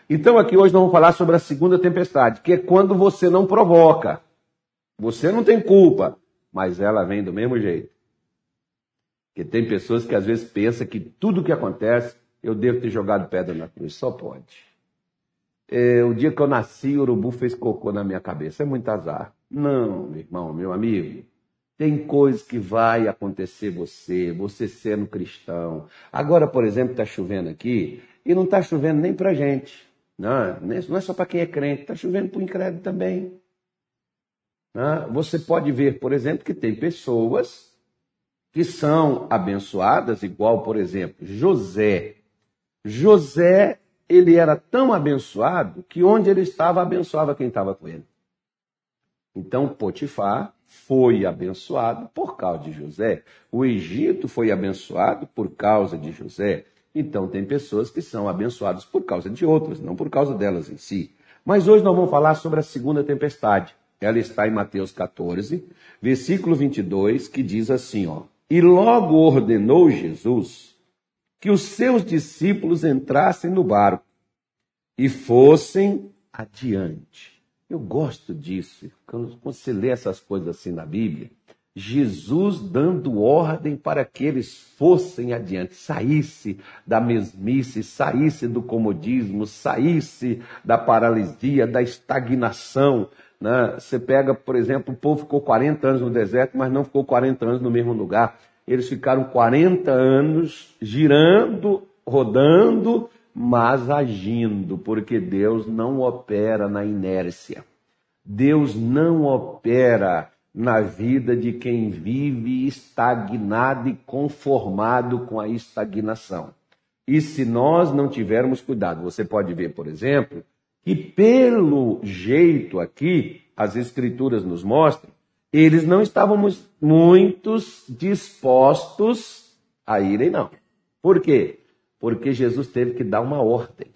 Então aqui hoje nós vamos falar sobre a segunda tempestade, que é quando você não provoca. Você não tem culpa, mas ela vem do mesmo jeito. Porque tem pessoas que às vezes pensam que tudo que acontece, eu devo ter jogado pedra na cruz. Só pode. O dia que eu nasci, o urubu fez cocô na minha cabeça. É muito azar. Não, meu irmão, meu amigo. Tem coisas que vai acontecer você sendo cristão. Agora, por exemplo, está chovendo aqui, e não está chovendo nem para gente. Não é só para quem é crente, está chovendo para o incrédulo também. Você pode ver, por exemplo, que tem pessoas que são abençoadas, igual, por exemplo, José. José, ele era tão abençoado que onde ele estava, abençoava quem estava com ele. Então, Potifar foi abençoado por causa de José. O Egito foi abençoado por causa de José. Então, tem pessoas que são abençoadas por causa de outras, não por causa delas em si. Mas hoje nós vamos falar sobre a segunda tempestade. Ela está em Mateus 14, versículo 22, que diz assim, E logo ordenou Jesus que os seus discípulos entrassem no barco e fossem adiante. Eu gosto disso. Quando você lê essas coisas assim na Bíblia, Jesus dando ordem para que eles fossem adiante, saísse da mesmice, saísse do comodismo, saísse da paralisia, da estagnação. Você pega, por exemplo, o povo ficou 40 anos no deserto, mas não ficou 40 anos no mesmo lugar. Eles ficaram 40 anos girando, rodando, mas agindo, porque Deus não opera na inércia. Deus não opera na vida de quem vive estagnado e conformado com a estagnação. E se nós não tivermos cuidado, você pode ver, por exemplo, que pelo jeito aqui, as Escrituras nos mostram, eles não estavam muitos dispostos a irem, não. Por quê? Porque Jesus teve que dar uma ordem.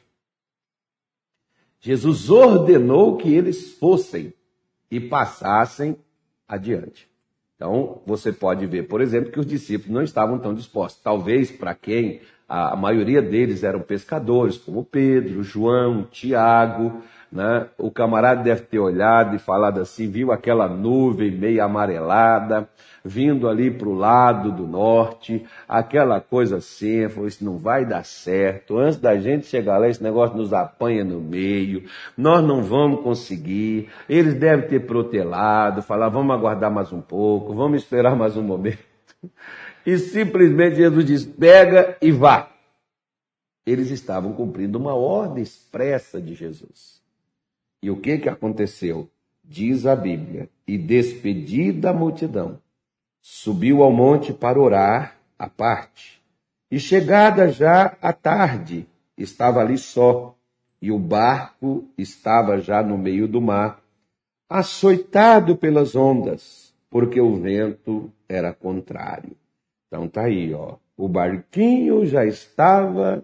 Jesus ordenou que eles fossem e passassem adiante. Então, você pode ver, por exemplo, que os discípulos não estavam tão dispostos. Talvez para quem a maioria deles eram pescadores, como Pedro, João, Tiago, O camarada deve ter olhado e falado assim, viu aquela nuvem meio amarelada, vindo ali para o lado do norte, aquela coisa assim, falou, isso não vai dar certo, antes da gente chegar lá, esse negócio nos apanha no meio, nós não vamos conseguir, eles devem ter protelado, falar, vamos aguardar mais um pouco, vamos esperar mais um momento, e simplesmente Jesus diz, pega e vá. Eles estavam cumprindo uma ordem expressa de Jesus. E o que aconteceu? Diz a Bíblia, e despedida a multidão, subiu ao monte para orar à parte. E chegada já a tarde, estava ali só, e o barco estava já no meio do mar, açoitado pelas ondas, porque o vento era contrário. Então tá aí, o barquinho já estava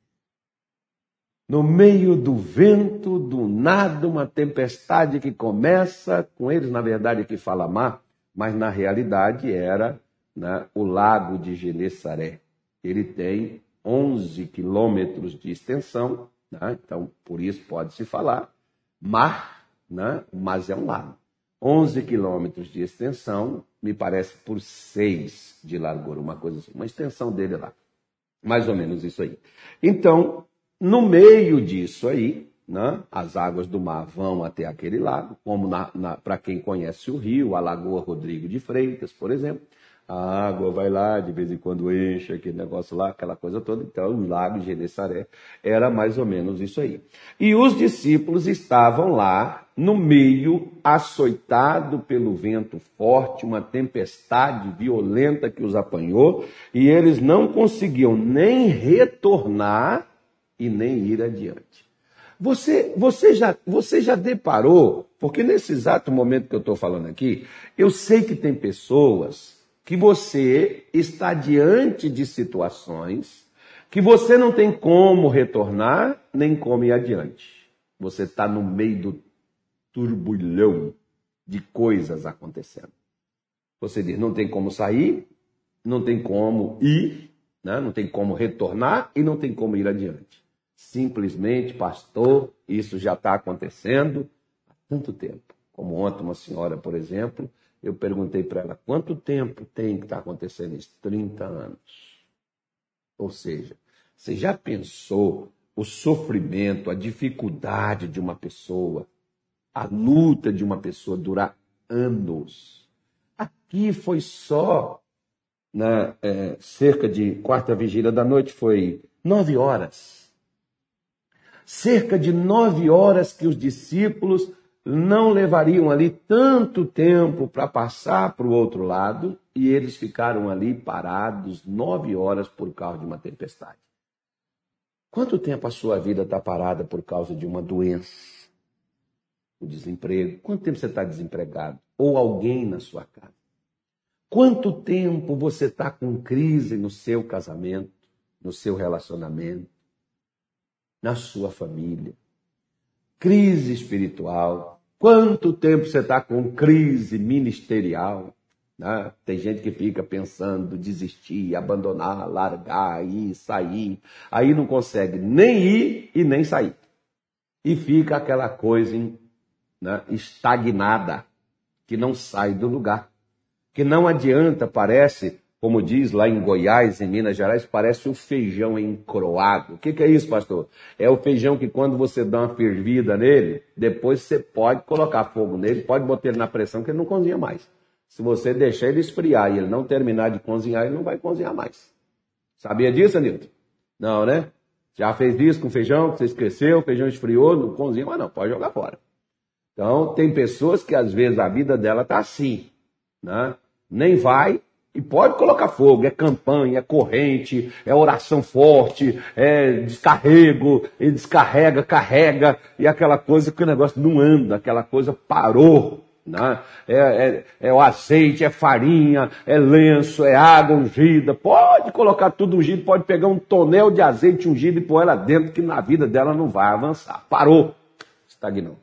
no meio do vento, do nada, uma tempestade que começa, com eles, na verdade, aqui fala mar, mas na realidade era o lago de Genesaré. Ele tem 11 quilômetros de extensão, então por isso pode-se falar mar, mas é um lago. 11 quilômetros de extensão, me parece por 6 de largura, uma coisa assim, uma extensão dele lá. Mais ou menos isso aí. Então, no meio disso aí, as águas do mar vão até aquele lago, como para quem conhece o rio, a Lagoa Rodrigo de Freitas, por exemplo. A água vai lá, de vez em quando enche aquele negócio lá, aquela coisa toda. Então, o lago de Genesaré era mais ou menos isso aí. E os discípulos estavam lá, no meio, açoitado pelo vento forte, uma tempestade violenta que os apanhou, e eles não conseguiam nem retornar e nem ir adiante. Você já deparou, porque nesse exato momento que eu estou falando aqui, eu sei que tem pessoas que você está diante de situações que você não tem como retornar, nem como ir adiante. Você está no meio do turbulhão de coisas acontecendo. Você diz, não tem como sair, não tem como ir, não tem como retornar e não tem como ir adiante. Simplesmente, pastor, isso já está acontecendo há tanto tempo. Como ontem uma senhora, por exemplo, eu perguntei para ela, quanto tempo tem que estar acontecendo isso? 30 anos. Ou seja, você já pensou o sofrimento, a dificuldade de uma pessoa, a luta de uma pessoa durar anos? Aqui foi só, cerca de quarta vigília da noite, foi 9 horas. Cerca de 9 horas que os discípulos não levariam ali tanto tempo para passar para o outro lado, e eles ficaram ali parados 9 horas por causa de uma tempestade. Quanto tempo a sua vida está parada por causa de uma doença? O desemprego? Quanto tempo você está desempregado? Ou alguém na sua casa? Quanto tempo você está com crise no seu casamento, no seu relacionamento, na sua família? Crise espiritual. Quanto tempo você está com crise ministerial? Né? Tem gente que fica pensando, desistir, abandonar, largar, ir, sair. Aí não consegue nem ir e nem sair. E fica aquela coisa estagnada, que não sai do lugar. Que não adianta, parece, como diz lá em Goiás, em Minas Gerais, parece o feijão encroado. O que é isso, pastor? É o feijão que quando você dá uma fervida nele, depois você pode colocar fogo nele, pode botar ele na pressão, que ele não cozinha mais. Se você deixar ele esfriar e ele não terminar de cozinhar, ele não vai cozinhar mais. Sabia disso, Anilton? Não, né? Já fez isso com feijão, que você esqueceu, o feijão esfriou, não cozinha, mas não, pode jogar fora. Então, tem pessoas que às vezes a vida dela está assim, né? Nem vai e pode colocar fogo. É campanha, é corrente, é oração forte, é descarrego, e descarrega, carrega, e aquela coisa que o negócio não anda, aquela coisa parou. Né? É o azeite, é farinha, é lenço, é água ungida. Pode colocar tudo ungido, pode pegar um tonel de azeite ungido e pôr ela dentro, que na vida dela não vai avançar. Parou, estagnou.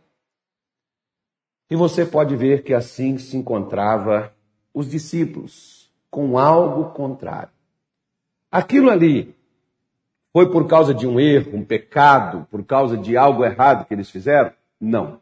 E você pode ver que assim se encontrava os discípulos, com algo contrário. Aquilo ali foi por causa de um erro, um pecado, por causa de algo errado que eles fizeram? Não.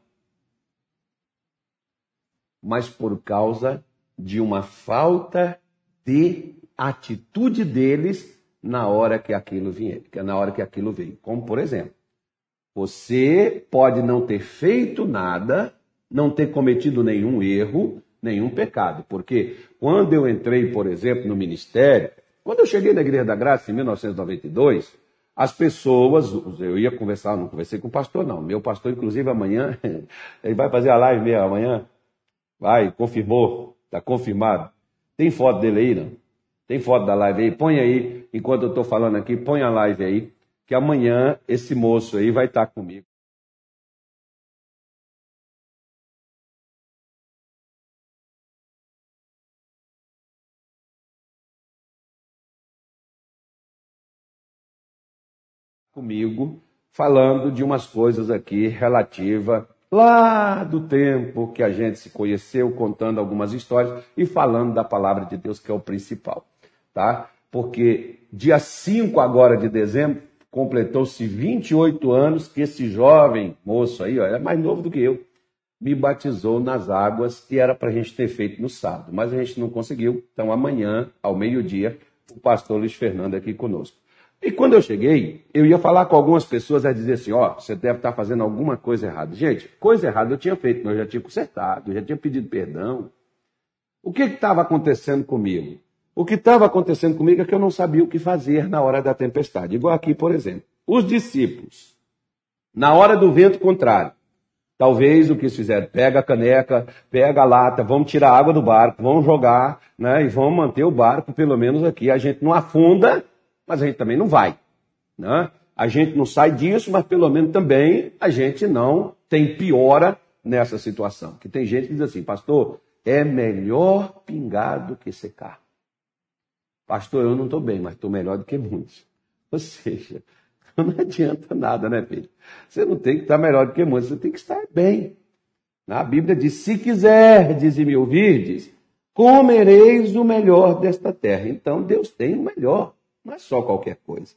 Mas por causa de uma falta de atitude deles na hora que aquilo vinha, na hora que aquilo veio. Como, por exemplo, você pode não ter feito nada, não ter cometido nenhum erro, nenhum pecado. Porque quando eu entrei, por exemplo, no ministério, quando eu cheguei na Igreja da Graça em 1992, as pessoas, eu ia conversar, não conversei com o pastor, não. Meu pastor, inclusive, amanhã, ele vai fazer a live mesmo amanhã. Vai, confirmou, está confirmado. Tem foto dele aí, não? Tem foto da live aí? Põe aí, enquanto eu estou falando aqui, põe a live aí, que amanhã esse moço aí vai estar comigo. Comigo, falando de umas coisas aqui relativa lá do tempo que a gente se conheceu, contando algumas histórias e falando da palavra de Deus, que é o principal, tá? Porque dia 5 agora de dezembro, completou-se 28 anos que esse jovem moço aí, ó, é mais novo do que eu, me batizou nas águas, que era para a gente ter feito no sábado, mas a gente não conseguiu. Então amanhã, ao meio-dia, o pastor Luiz Fernando aqui conosco. E quando eu cheguei, eu ia falar com algumas pessoas a dizer assim, ó, você deve estar fazendo alguma coisa errada. Gente, coisa errada eu tinha feito, mas eu já tinha consertado, eu já tinha pedido perdão. O que estava acontecendo comigo? O que estava acontecendo comigo é que eu não sabia o que fazer na hora da tempestade. Igual aqui, por exemplo, os discípulos, na hora do vento contrário, talvez o que eles fizeram, pega a caneca, pega a lata, vamos tirar a água do barco, vamos jogar, né, e vamos manter o barco, pelo menos aqui. A gente não afunda, mas a gente também não vai, né? A gente não sai disso, mas pelo menos também a gente não tem piora nessa situação. Que tem gente que diz assim, pastor, é melhor pingar do que secar. Pastor, eu não estou bem, mas estou melhor do que muitos. Ou seja, não adianta nada, né, filho? Você não tem que estar melhor do que muitos, você tem que estar bem. A Bíblia diz, se quiserdes e me ouvirdes, comereis o melhor desta terra. Então Deus tem o melhor. Não é só qualquer coisa.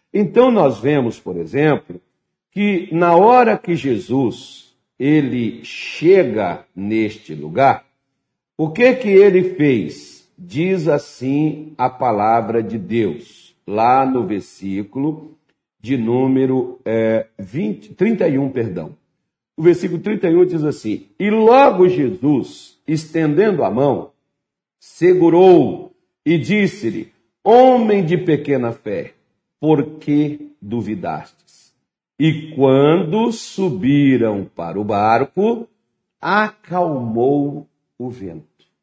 Então nós vemos, por exemplo, que na hora que Jesus ele chega neste lugar, o que ele fez? Diz assim a palavra de Deus, lá no versículo de número 31, perdão. O versículo 31 diz assim: E logo Jesus, estendendo a mão, segurou e disse-lhe: Homem de pequena fé, por que duvidastes? E quando subiram para o barco, acalmou o vento.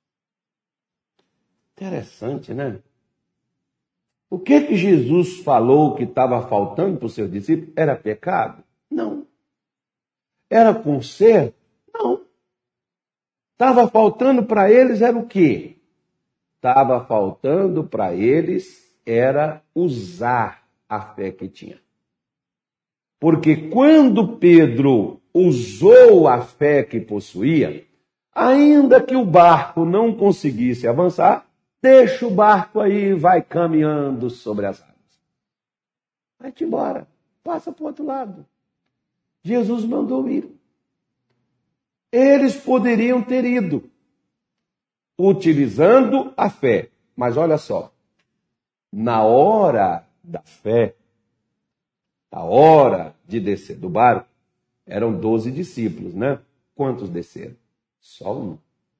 Interessante, né? O que Jesus falou que estava faltando para os seus discípulos? Era pecado? Não. Era conserto? Não. Estava faltando para eles era o quê? Estava faltando para eles era usar a fé que tinha. Porque quando Pedro usou a fé que possuía, ainda que o barco não conseguisse avançar, deixa o barco aí, vai caminhando sobre as águas. Vai-te embora, passa para o outro lado. Jesus mandou ir. Eles poderiam ter ido, utilizando a fé. Mas olha só, na hora da fé, a hora de descer do barco, eram 12 discípulos, né? Quantos desceram? Só um.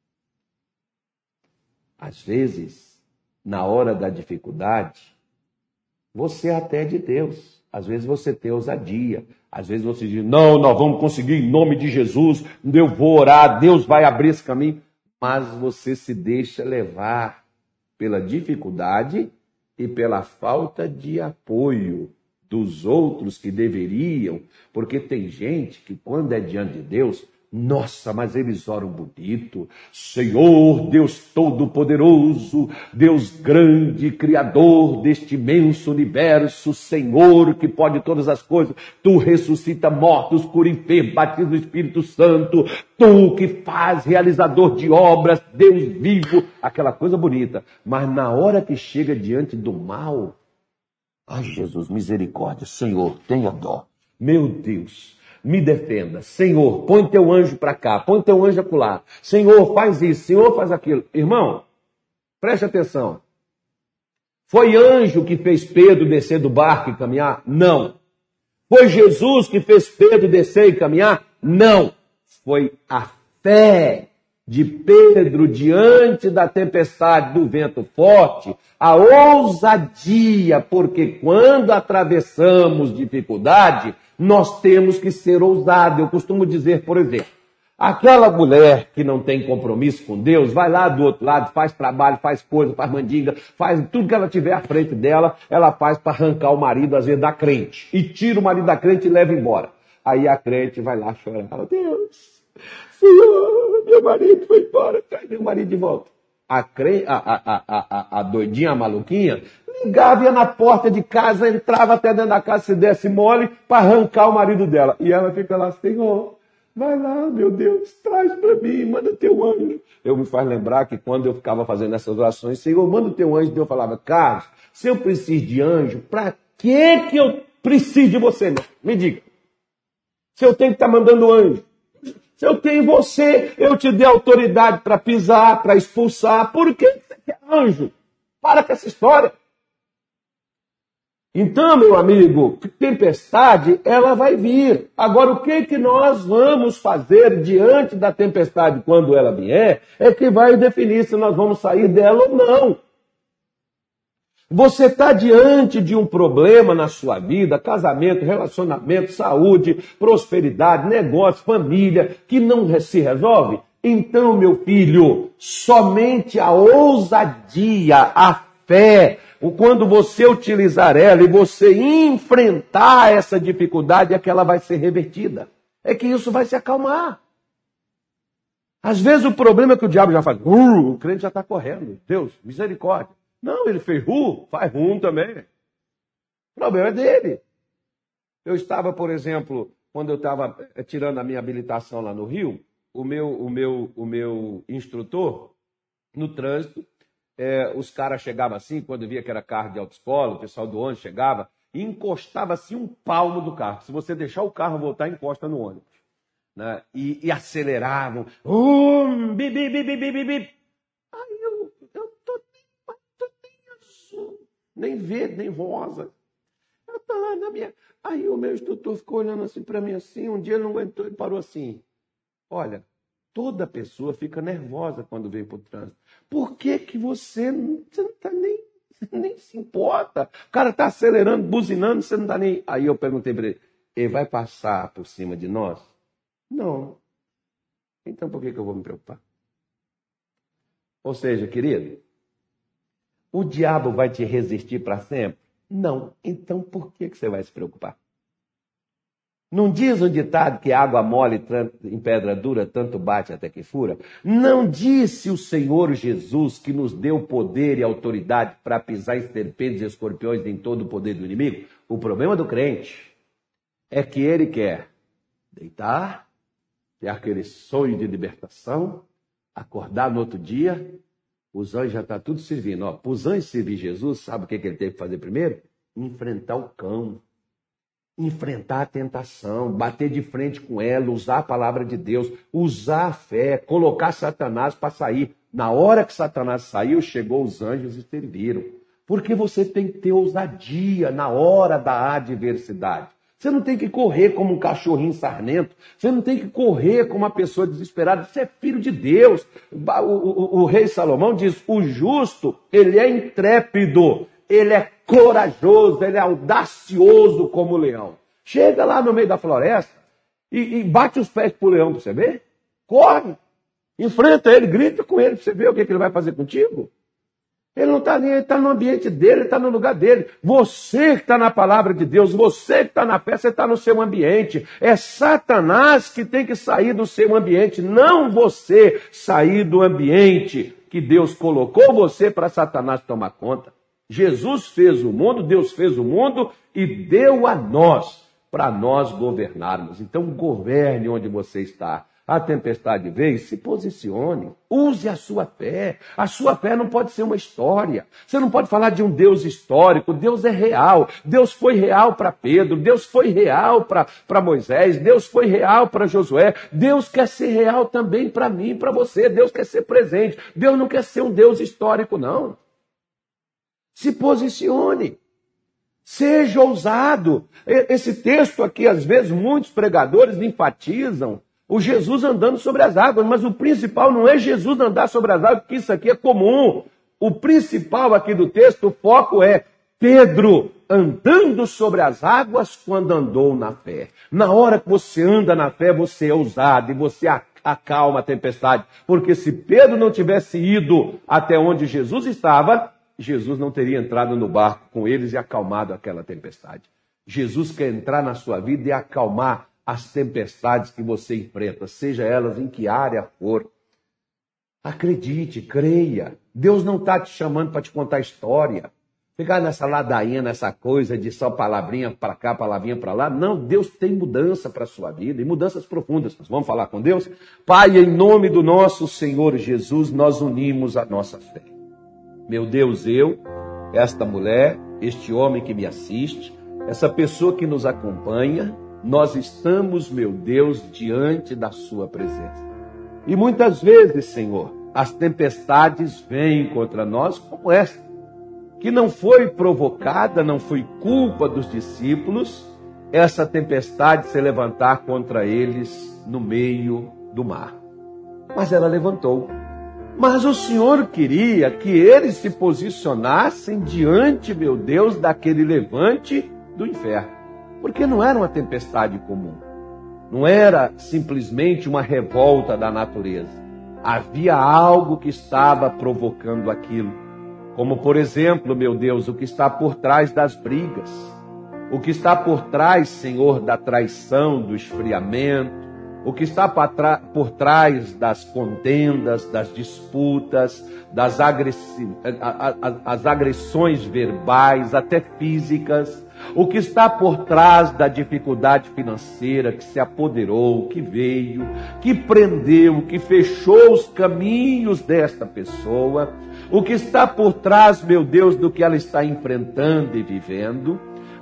Às vezes, na hora da dificuldade, você até é de Deus. Às vezes você tem ousadia. Às vezes você diz, não, nós vamos conseguir em nome de Jesus, eu vou orar, Deus vai abrir esse caminho. Mas você se deixa levar pela dificuldade e pela falta de apoio dos outros que deveriam, porque tem gente que quando é diante de Deus, nossa, mas eles oram bonito. Senhor, Deus Todo-Poderoso, Deus grande, Criador deste imenso universo, Senhor que pode todas as coisas, Tu ressuscita mortos, cura enfermos, batiza o Espírito Santo, Tu que faz realizador de obras, Deus vivo, aquela coisa bonita. Mas na hora que chega diante do mal, ai Jesus, misericórdia, Senhor, tenha dó, meu Deus, me defenda. Senhor, põe teu anjo para cá, põe teu anjo acolá. Senhor, faz isso, Senhor, faz aquilo. Irmão, preste atenção. Foi anjo que fez Pedro descer do barco e caminhar? Não. Foi Jesus que fez Pedro descer e caminhar? Não. Foi a fé de Pedro diante da tempestade do vento forte, a ousadia, porque quando atravessamos dificuldade, nós temos que ser ousados. Eu costumo dizer, por exemplo, aquela mulher que não tem compromisso com Deus, vai lá do outro lado, faz trabalho, faz coisa, faz mandinga, faz tudo que ela tiver à frente dela, ela faz para arrancar o marido, às vezes, da crente. E tira o marido da crente e leva embora. Aí a crente vai lá chorar. Fala, Deus, Senhor, meu marido foi embora, traz meu marido de volta. A doidinha, a maluquinha, ligava, ia na porta de casa, entrava até dentro da casa, se desse mole, para arrancar o marido dela. E ela fica lá, Senhor, vai lá, meu Deus, traz para mim, manda teu anjo. Eu me faz lembrar que quando eu ficava fazendo essas orações, Senhor, manda o teu anjo. Deus falava, Carlos, se eu preciso de anjo, para que eu preciso de você? Me diga. Se eu tenho que estar mandando anjo. Se eu tenho você, eu te dei autoridade para pisar, para expulsar. Por que você quer anjo? Para com essa história. Então, meu amigo, tempestade, ela vai vir. Agora, o que nós vamos fazer diante da tempestade quando ela vier, é que vai definir se nós vamos sair dela ou não. Você está diante de um problema na sua vida, casamento, relacionamento, saúde, prosperidade, negócio, família, que não se resolve? Então, meu filho, somente a ousadia, a fé, quando você utilizar ela e você enfrentar essa dificuldade, é que ela vai ser revertida. É que isso vai se acalmar. Às vezes o problema é que o diabo já faz, o crente já está correndo. Deus, misericórdia. Não, ele fez faz também. O problema é dele. Eu estava, por exemplo, quando eu estava tirando a minha habilitação lá no Rio, o meu instrutor, no trânsito, os caras chegavam assim, quando via que era carro de autoescola, o pessoal do ônibus chegava, e encostava assim um palmo do carro. Se você deixar o carro voltar, encosta no ônibus. Né? E aceleravam. Bi, bi, bi, bi, bi, bi. Aí eu tô nem azul, nem verde, nem rosa. Eu tô lá na minha... Aí o meu instrutor ficou olhando assim para mim assim, um dia ele não aguentou, ele parou assim. Olha, toda pessoa fica nervosa quando vem para o trânsito. Por que que você não está nem se importa? O cara está acelerando, buzinando, você não está nem... Aí eu perguntei para ele vai passar por cima de nós? Não. Então por que que eu vou me preocupar? Ou seja, querido, o diabo vai te resistir para sempre? Não. Então por que que você vai se preocupar? Não diz o ditado que água mole em pedra dura, tanto bate até que fura? Não disse o Senhor Jesus que nos deu poder e autoridade para pisar em serpentes e escorpiões em todo o poder do inimigo? O problema do crente é que ele quer deitar, ter aquele sonho de libertação, acordar no outro dia, os anjos já estão tudo servindo. Para os anjos servir Jesus, sabe o que ele teve que fazer primeiro? Enfrentar o cão. Enfrentar a tentação, bater de frente com ela, usar a palavra de Deus, usar a fé, colocar Satanás para sair. Na hora que Satanás saiu, chegou os anjos e serviram. Porque você tem que ter ousadia na hora da adversidade. Você não tem que correr como um cachorrinho sarnento. Você não tem que correr como uma pessoa desesperada. Você é filho de Deus. O rei Salomão diz, o justo, ele é intrépido. Ele é corajoso, ele é audacioso como o leão. Chega lá no meio da floresta e bate os pés pro leão para você ver. Corre, enfrenta ele, grita com ele para você ver o que ele vai fazer contigo. Ele não está nem, ele está no ambiente dele, ele está no lugar dele. Você que está na palavra de Deus, você que está na fé, você está no seu ambiente. É Satanás que tem que sair do seu ambiente, não você sair do ambiente que Deus colocou você para Satanás tomar conta. Jesus fez o mundo, Deus fez o mundo e deu a nós, para nós governarmos. Então governe onde você está. A tempestade veio, se posicione, use a sua fé. A sua fé não pode ser uma história. Você não pode falar de um Deus histórico. Deus é real. Deus foi real para Pedro, Deus foi real para Moisés, Deus foi real para Josué. Deus quer ser real também para mim e para você. Deus quer ser presente. Deus não quer ser um Deus histórico, não. Se posicione, seja ousado. Esse texto aqui, às vezes, muitos pregadores enfatizam o Jesus andando sobre as águas, mas o principal não é Jesus andar sobre as águas, porque isso aqui é comum. O principal aqui do texto, o foco é Pedro andando sobre as águas quando andou na fé. Na hora que você anda na fé, você é ousado e você acalma a tempestade. Porque se Pedro não tivesse ido até onde Jesus estava, Jesus não teria entrado no barco com eles e acalmado aquela tempestade. Jesus quer entrar na sua vida e acalmar as tempestades que você enfrenta, seja elas em que área for. Acredite, creia. Deus não está te chamando para te contar história. Ficar nessa ladainha, nessa coisa de só palavrinha para cá, palavrinha para lá. Não, Deus tem mudança para a sua vida e mudanças profundas. Nós vamos falar com Deus? Pai, em nome do nosso Senhor Jesus, nós unimos a nossa fé. Meu Deus, esta mulher, este homem que me assiste, essa pessoa que nos acompanha, nós estamos, meu Deus, diante da sua presença. E muitas vezes, Senhor, as tempestades vêm contra nós como esta, que não foi provocada, não foi culpa dos discípulos, essa tempestade se levantar contra eles no meio do mar. Mas ela levantou. Mas o Senhor queria que eles se posicionassem diante, meu Deus, daquele levante do inferno. Porque não era uma tempestade comum. Não era simplesmente uma revolta da natureza. Havia algo que estava provocando aquilo. Como, por exemplo, meu Deus, o que está por trás das brigas. O que está por trás, Senhor, da traição, do esfriamento. O que está por trás das contendas, das disputas, das agressões verbais, até físicas. O que está por trás da dificuldade financeira que se apoderou, que veio, que prendeu, que fechou os caminhos desta pessoa. O que está por trás, meu Deus, do que ela está enfrentando e vivendo.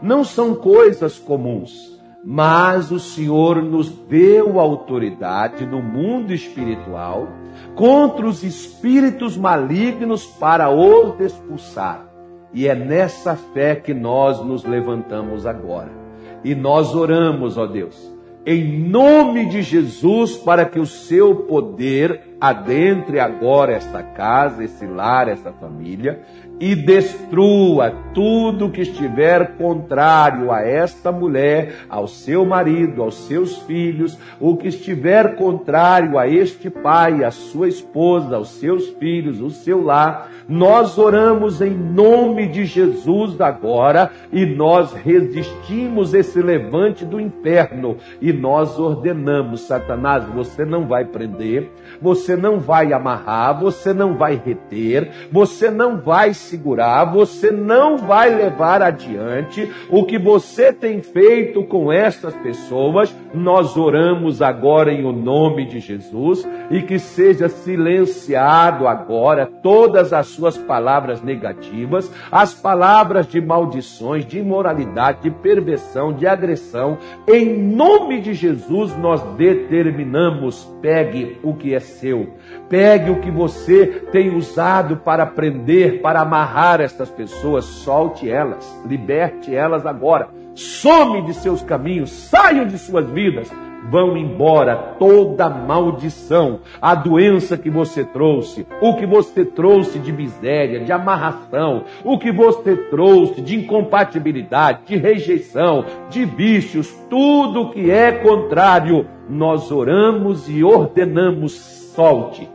não são coisas comuns, mas o Senhor nos deu autoridade no mundo espiritual contra os espíritos malignos para os expulsar. E é nessa fé que nós nos levantamos agora. E nós oramos, ó Deus, em nome de Jesus, para que o seu poder adentre agora esta casa, esse lar, essa família, e destrua tudo que estiver contrário a esta mulher, ao seu marido, aos seus filhos, o que estiver contrário a este pai, a sua esposa, aos seus filhos, o seu lar. Nós oramos em nome de Jesus agora e nós resistimos esse levante do inferno e nós ordenamos: Satanás, você não vai prender, você não vai amarrar, você não vai reter, você não vai segurar, você não vai levar adiante o que você tem feito com estas pessoas. Nós oramos agora em o nome de Jesus e que seja silenciado agora todas as suas palavras negativas, as palavras de maldições, de imoralidade, de perversão, de agressão. Em nome de Jesus nós determinamos: pegue o que é seu, pegue o que você tem usado para prender, para amarrar estas pessoas, solte elas, liberte elas agora, some de seus caminhos, saiam de suas vidas. Vão embora toda maldição, a doença que você trouxe, o que você trouxe de miséria, de amarração, o que você trouxe de incompatibilidade, de rejeição, de vícios, tudo que é contrário, nós oramos e ordenamos: solte,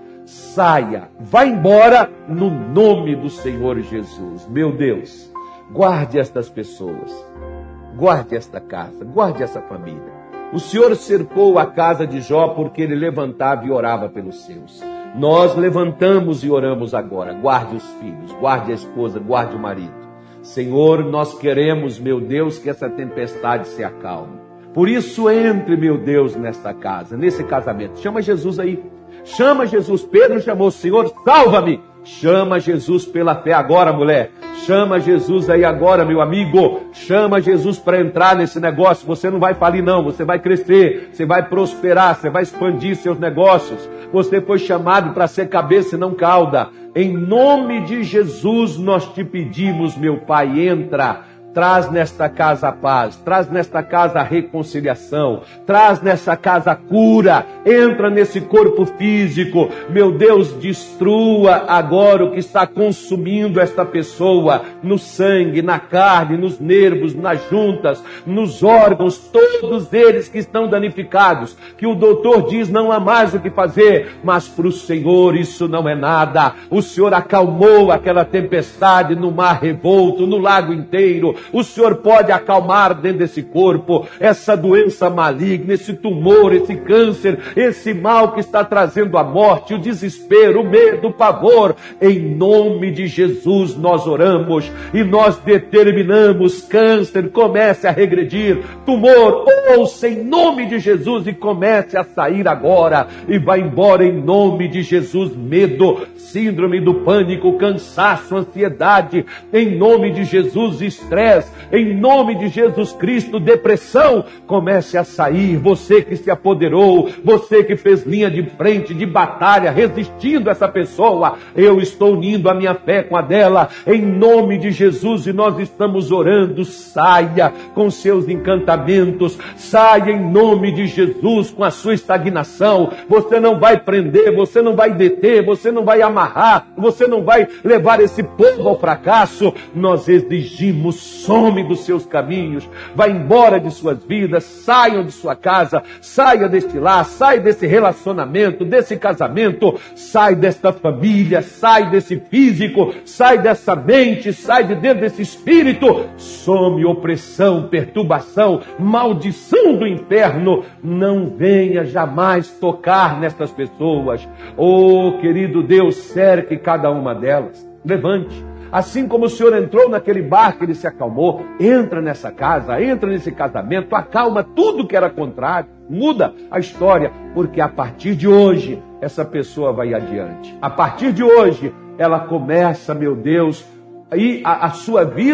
saia, vá embora no nome do Senhor Jesus. Meu Deus, guarde estas pessoas, guarde esta casa, guarde essa família. O Senhor cercou a casa de Jó porque ele levantava e orava pelos seus. Nós levantamos e oramos agora. Guarde os filhos, guarde a esposa, guarde o marido. Senhor, nós queremos, meu Deus, que essa tempestade se acalme. Por isso, entre, meu Deus, nesta casa, nesse casamento. Chama Jesus aí. Chama Jesus. Pedro chamou: Senhor, salva-me. Chama Jesus pela fé agora, mulher. Chama Jesus aí agora, meu amigo. Chama Jesus para entrar nesse negócio. Você não vai falir não, você vai crescer, você vai prosperar, você vai expandir seus negócios. Você foi chamado para ser cabeça e não cauda. Em nome de Jesus nós te pedimos, meu Pai, entra. Traz nesta casa a paz, traz nesta casa a reconciliação, traz nessa casa a cura, entra nesse corpo físico. Meu Deus, destrua agora o que está consumindo esta pessoa, no sangue, na carne, nos nervos, nas juntas, nos órgãos, todos eles que estão danificados, que o doutor diz não há mais o que fazer, mas para o Senhor isso não é nada. O Senhor acalmou aquela tempestade no mar revolto, no lago inteiro. O Senhor pode acalmar dentro desse corpo essa doença maligna, esse tumor, esse câncer, esse mal que está trazendo a morte, o desespero, o medo, o pavor. Em nome de Jesus nós oramos e nós determinamos: câncer, comece a regredir, tumor, ouça em nome de Jesus e comece a sair agora e vai embora em nome de Jesus. Medo, síndrome do pânico, cansaço, ansiedade, em nome de Jesus, estresse, em nome de Jesus Cristo, depressão, comece a sair. Você que se apoderou, você que fez linha de frente, de batalha, resistindo a essa pessoa, eu estou unindo a minha fé com a dela, em nome de Jesus, e nós estamos orando: saia com seus encantamentos, saia em nome de Jesus com a sua estagnação. Você não vai prender, você não vai deter, você não vai amarrar, você não vai levar esse povo ao fracasso. Nós exigimos: some dos seus caminhos, vai embora de suas vidas, saiam de sua casa, saia deste lar, sai desse relacionamento, desse casamento, sai desta família, sai desse físico, sai dessa mente, sai de dentro desse espírito. Some opressão, perturbação, maldição do inferno, não venha jamais tocar nestas pessoas. Oh, querido Deus, cerque cada uma delas, levante. Assim como o Senhor entrou naquele barco, ele se acalmou. Entra nessa casa, entra nesse casamento, acalma tudo que era contrário, muda a história, porque a partir de hoje, essa pessoa vai adiante. A partir de hoje, ela começa, meu Deus, a sua vida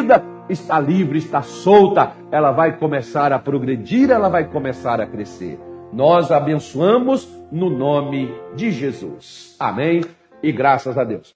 está livre, está solta, ela vai começar a progredir, ela vai começar a crescer. Nós abençoamos no nome de Jesus. Amém? E graças a Deus.